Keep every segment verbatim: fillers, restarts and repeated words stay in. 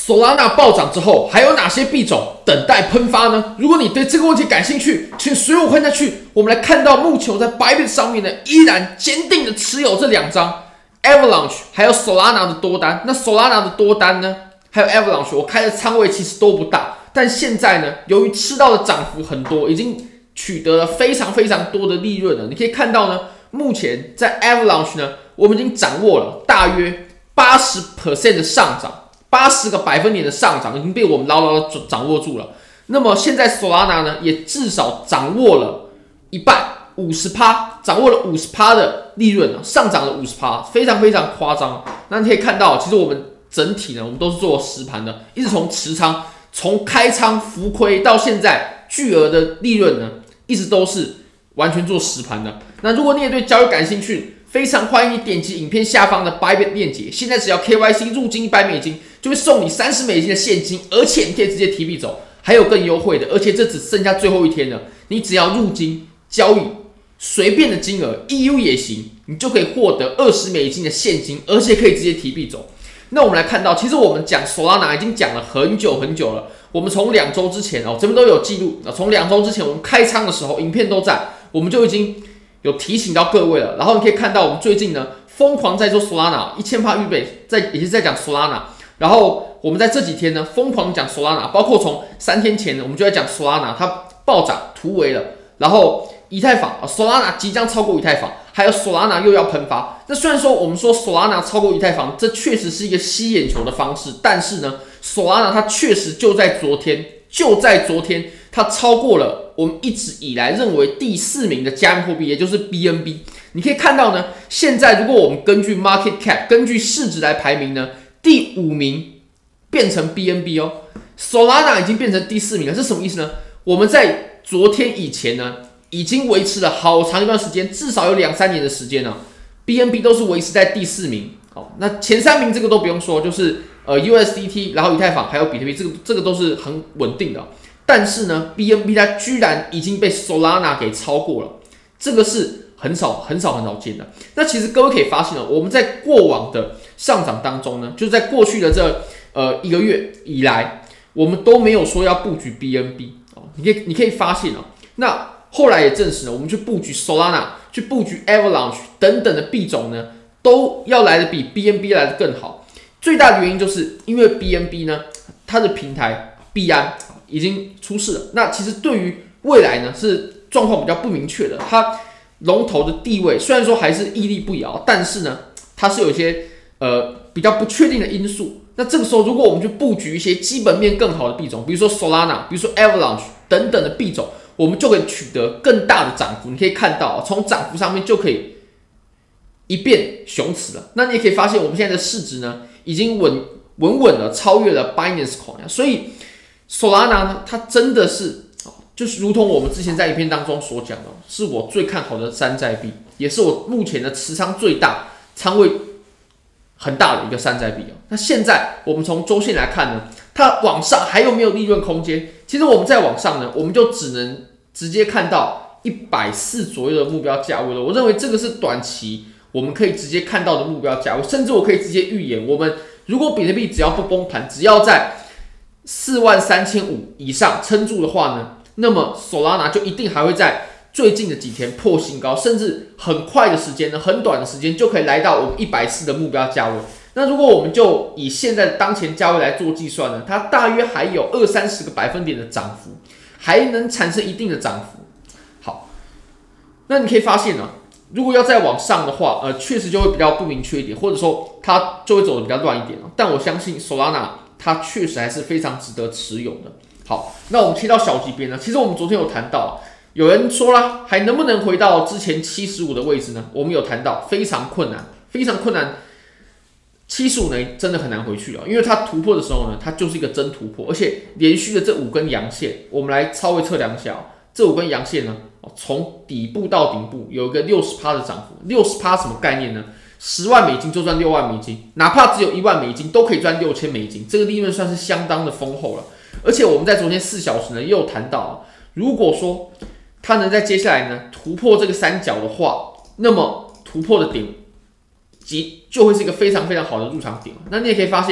Solana 暴涨之后，还有哪些币种等待喷发呢？如果你对这个问题感兴趣，请随我看下去。我们来看到，目前我在 Bybit 上面呢，依然坚定的持有这两张 Avalanche 还有 Solana 的多单。那 Solana 的多单呢，还有 Avalanche， 我开的仓位其实都不大，但现在呢，由于吃到的涨幅很多，已经取得了非常非常多的利润了。你可以看到呢，目前在 Avalanche 呢，我们已经掌握了大约 百分之八十 的上涨。八十个百分点的上涨已经被我们牢牢的掌握住了。那么现在 Solana 呢，也至少掌握了一半， 百分之五十， 掌握了 百分之五十 的利润，上涨了 百分之五十， 非常非常夸张。那你可以看到，其实我们整体呢，我们都是做实盘的，一直从持仓、从开仓浮亏到现在巨额的利润呢，一直都是完全做实盘的。那如果你也对交易感兴趣，非常欢迎你点击影片下方的 Bybit 链接，现在只要 K Y C 入金一百美金，就会送你三十美金的现金，而且你可以直接提币走，还有更优惠的，而且这只剩下最后一天了，你只要入金交易随便的金额 E U 也行，你就可以获得二十美金的现金，而且可以直接提币走。那我们来看到，其实我们讲 Solana 已经讲了很久很久了，我们从两周之前哦，这边都有记录，从两周之前我们开仓的时候，影片都在，我们就已经有提醒到各位了。然后你可以看到，我们最近呢疯狂在做 Solana， 一千%预备，在也是在讲 Solana。然后我们在这几天呢疯狂讲 Solana， 包括从三天前呢，我们就在讲 Solana 它暴涨突围了，然后以太坊 Solana 即将超过以太坊，还有 Solana 又要喷发。那虽然说我们说 Solana 超过以太坊，这确实是一个吸眼球的方式，但是呢 Solana 它确实就在昨天，就在昨天它超过了我们一直以来认为第四名的加密货币，也就是 B N B。 你可以看到呢，现在如果我们根据 market cap 根据市值来排名呢，第五名变成 B N B 哦 ，Solana 已经变成第四名了，这是什么意思呢？我们在昨天以前呢，已经维持了好长一段时间，至少有两三年的时间了 ，B N B 都是维持在第四名。好，那前三名这个都不用说，就是呃 U S D T， 然后以太坊还有比特币，这个这个都是很稳定的。但是呢 ，B N B 它居然已经被 Solana 给超过了，这个是很少很少很少见的。那其实各位可以发现哦，我们在过往的上涨当中呢，就是在过去的这呃一个月以来，我们都没有说要布局 B N B 哦。你可以你可以发现哦，那后来也证实了，我们去布局 Solana， 去布局 Avalanche 等等的币种呢，都要来的比 B N B 来的更好。最大的原因就是因为 B N B 呢，它的平台币安已经出事了。那其实对于未来呢，是状况比较不明确的。它龙头的地位虽然说还是屹立不摇，但是呢，它是有一些呃比较不确定的因素。那这个时候，如果我们去布局一些基本面更好的币种，比如说 Solana， 比如说 Avalanche 等等的币种，我们就可以取得更大的涨幅。你可以看到，从涨幅上面就可以一变雄雌了。那你也可以发现，我们现在的市值呢，已经稳稳稳的超越了 Binance Coin， 所以 Solana 呢，它真的是就是如同我们之前在影片当中所讲的，是我最看好的山寨币，也是我目前的持仓最大、仓位很大的一个山寨币。那现在我们从周线来看呢，它往上还有没有利润空间？其实我们在往上呢，我们就只能直接看到一百四左右的目标价位了。我认为这个是短期我们可以直接看到的目标价位，甚至我可以直接预言，我们如果比特币只要不崩盘，只要在四万三千五以上撑住的话呢，那么 Solana 就一定还会在最近的几天破新高，甚至很快的时间呢，很短的时间就可以来到我们一百四的目标价位。那如果我们就以现在的当前价位来做计算呢，它大约还有二三十个百分点的涨幅，还能产生一定的涨幅。好，那你可以发现呢，如果要再往上的话，呃，确实就会比较不明确一点，或者说它就会走得比较乱一点。但我相信 Solana 它确实还是非常值得持有的。好，那我们切到小级别呢，其实我们昨天有谈到，有人说啦，还能不能回到之前七十五的位置呢？我们有谈到非常困难，非常困难。七十五呢，真的很难回去了，因为它突破的时候呢，它就是一个真突破，而且连续的这五根阳线，我们来稍微测量一下、哦，这五根阳线呢，从底部到顶部有一个 百分之六十 的涨幅， 百分之六十 什么概念呢？十万美金就赚六万美金，哪怕只有一万美金都可以赚六千美金，这个利润算是相当的丰厚了。而且我们在昨天四小时呢，也有谈到，如果说它能在接下来呢突破这个三角的话，那么突破的点即就会是一个非常非常好的入场点。那你也可以发现，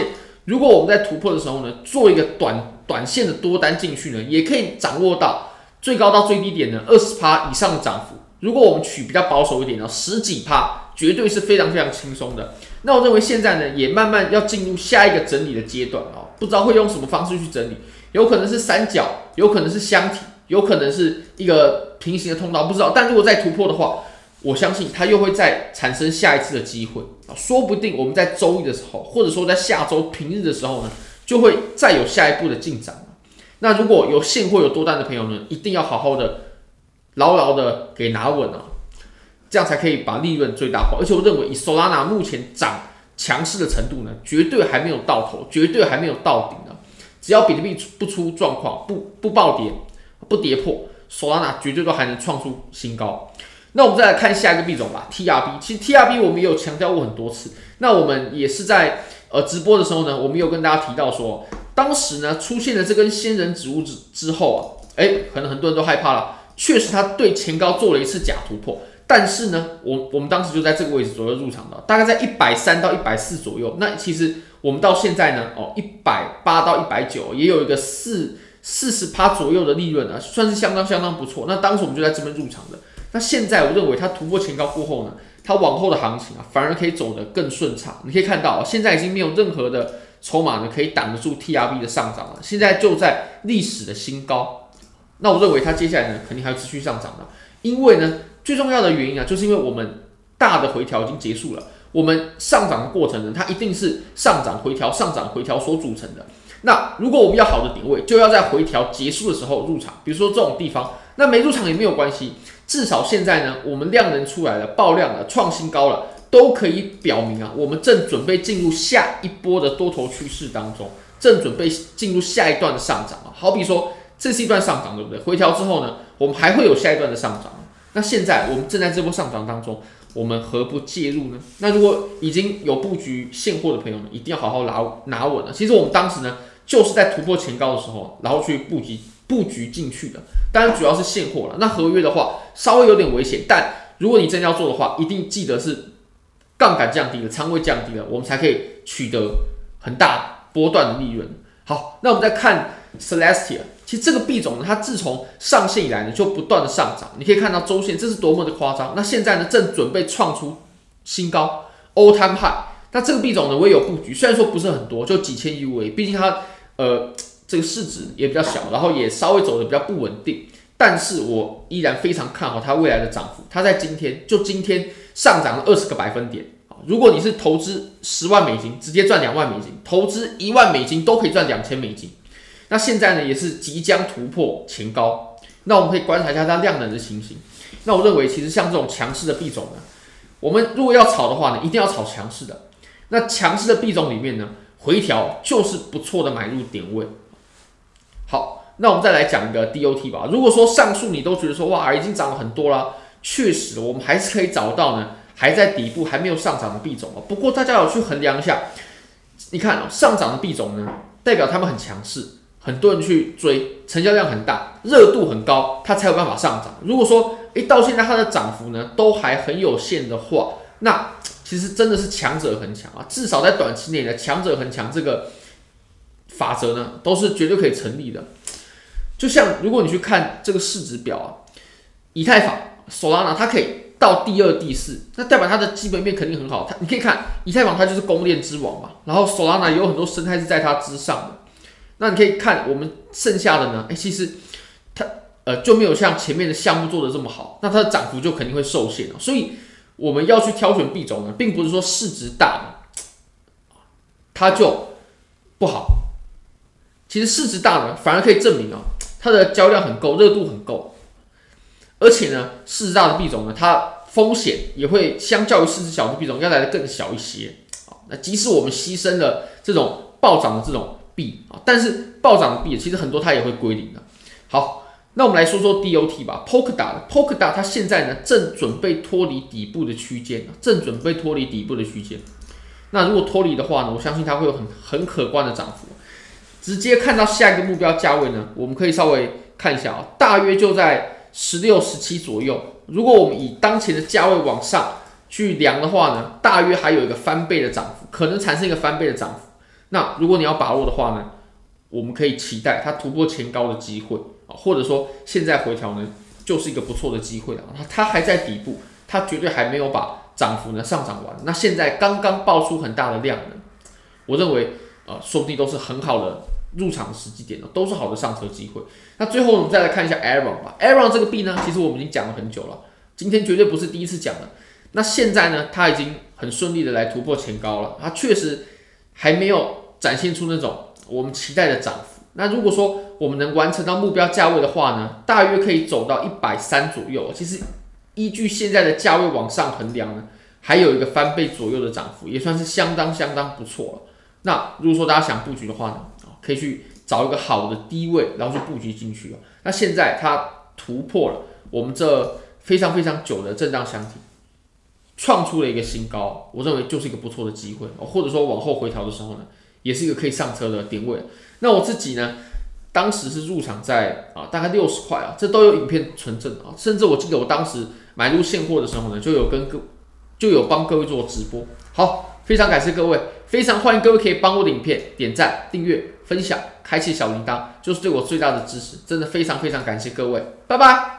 如果我们在突破的时候呢，做一个短短线的多单进去呢，也可以掌握到最高到最低点呢二十趴以上的涨幅。如果我们取比较保守一点呢，十几趴，绝对是非常非常轻松的。那我认为现在呢，也慢慢要进入下一个整理的阶段哦，不知道会用什么方式去整理，有可能是三角，有可能是箱体，有可能是一个平行的通道，不知道。但如果再突破的话，我相信它又会再产生下一次的机会，说不定我们在周一的时候，或者说在下周平日的时候呢，就会再有下一步的进展。那如果有现货有多单的朋友呢，一定要好好的牢牢的给拿稳啊，这样才可以把利润最大化。而且我认为以 Solana 目前涨强势的程度呢，绝对还没有到头，绝对还没有到顶啊。只要比特币不出状况，不不暴跌，不跌破 ，Solana 绝对都还能创出新高。那我们再来看下一个币种吧 ，T R B。其实 T R B 我们也有强调过很多次。那我们也是在呃直播的时候呢，我们有跟大家提到说，当时呢出现了这根仙人指物之之后啊，哎，可能很多人都害怕了。确实，它对前高做了一次假突破，但是呢，我我们当时就在这个位置左右入场的，大概在一百三到一百四左右。那其实我们到现在呢，哦，一百八到一百九，也有一个四四十趴左右的利润啊，算是相当相当不错。那当时我们就在这边入场的。那现在我认为它突破前高过后呢，它往后的行情啊，反而可以走得更顺畅。你可以看到，现在已经没有任何的筹码呢可以挡得住 T R B 的上涨了，现在就在历史的新高。那我认为它接下来呢，肯定还会持续上涨的，因为呢，最重要的原因啊，就是因为我们大的回调已经结束了，我们上涨的过程呢，它一定是上涨回调、上涨回调所组成的。那如果我们要好的点位，就要在回调结束的时候入场，比如说这种地方，那没入场也没有关系。至少现在呢，我们量能出来了，爆量了，创新高了，都可以表明啊，我们正准备进入下一波的多头趋势当中，正准备进入下一段的上涨啊。好比说，这是一段上涨，对不对？回调之后呢，我们还会有下一段的上涨。那现在我们正在这波上涨当中，我们何不介入呢？那如果已经有布局现货的朋友呢，一定要好好拿拿稳了。其实我们当时呢，就是在突破前高的时候，然后去布局布局进去的。当然主要是现货了。那合约的话，稍微有点危险，但如果你真要做的话，一定记得是杠杆降低了，仓位降低了，我们才可以取得很大波段的利润。好，那我们再看 Celestia。其实这个币种呢，它自从上线以来呢，就不断的上涨。你可以看到周线，这是多么的夸张。那现在呢，正准备创出新高 ，all time high。那这个币种呢，我也有布局，虽然说不是很多，就几千 U A， 毕竟它呃这个市值也比较小，然后也稍微走的比较不稳定。但是我依然非常看好它未来的涨幅。它在今天就今天上涨了二十个百分点。如果你是投资十万美金，直接赚两万美金；投资一万美金都可以赚两千美金。那现在呢，也是即将突破前高。那我们可以观察一下它量能的情形。那我认为，其实像这种强势的币种呢，我们如果要炒的话呢，一定要炒强势的。那强势的币种里面呢，回调就是不错的买入点位。好，那我们再来讲一个 D O T 吧。如果说上述你都觉得说哇，已经涨了很多啦，确实我们还是可以找到呢，还在底部还没有上涨的币种。不过大家要去衡量一下，你看哦，上涨的币种呢，代表他们很强势。很多人去追，成交量很大，热度很高，它才有办法上涨。如果说，诶，到现在它的涨幅呢都还很有限的话，那其实真的是强者恒强啊！至少在短期内呢，强者恒强这个法则呢，都是绝对可以成立的。就像如果你去看这个市值表啊，以太坊 Solana 它可以到第二、第四，那代表它的基本面肯定很好。它你可以看以太坊，它就是公链之王嘛，然后 Solana 也有很多生态是在它之上的。那你可以看我们剩下的呢，哎，其实它呃就没有像前面的项目做的这么好，那它的涨幅就肯定会受限了。所以我们要去挑选币种呢，并不是说市值大的它就不好，其实市值大呢反而可以证明啊，它的交易量很够，热度很够，而且呢市值大的币种呢，它风险也会相较于市值小的币种要来的更小一些。那即使我们牺牲了这种暴涨的这种币啊，但是暴涨的币其实很多它也会归零的。好，那我们来说说 D O T 吧 ，Polkadot Polkadot 它现在呢正准备脱离底部的区间，正准备脱离底部的区间。那如果脱离的话呢，我相信它会有很很可观的涨幅。直接看到下一个目标价位呢，我们可以稍微看一下啊，大约就在十六、十七左右。如果我们以当前的价位往上去量的话呢，大约还有一个翻倍的涨幅，可能产生一个翻倍的涨幅。 那如果你要把握的话呢，我们可以期待它突破前高的机会，或者说现在回调呢就是一个不错的机会了。它还在底部，它绝对还没有把涨幅呢上涨完。那现在刚刚爆出很大的量呢，我认为呃说不定都是很好的入场的时机点，都是好的上车机会。那最后我们再来看一下 Aaron 吧 ，Aaron 这个币呢，其实我们已经讲了很久了，今天绝对不是第一次讲了。那现在呢，它已经很顺利的来突破前高了，它确实还没有展现出那种我们期待的涨幅。那如果说我们能完成到目标价位的话呢，大约可以走到一百三左右。其实依据现在的价位往上衡量呢，还有一个翻倍左右的涨幅，也算是相当相当不错了。那如果说大家想布局的话呢，可以去找一个好的低位，然后去布局进去。那现在它突破了我们这非常非常久的震荡箱体，创出了一个新高，我认为就是一个不错的机会，或者说往后回调的时候呢，也是一个可以上车的点位。那我自己呢，当时是入场在啊大概六十块啊，这都有影片存证啊，甚至我记得我当时买入现货的时候呢，就有跟各就有帮各位做直播。好，非常感谢各位，非常欢迎各位可以帮我的影片点赞、订阅、分享、开启小铃铛，就是对我最大的支持，真的非常非常感谢各位，拜拜。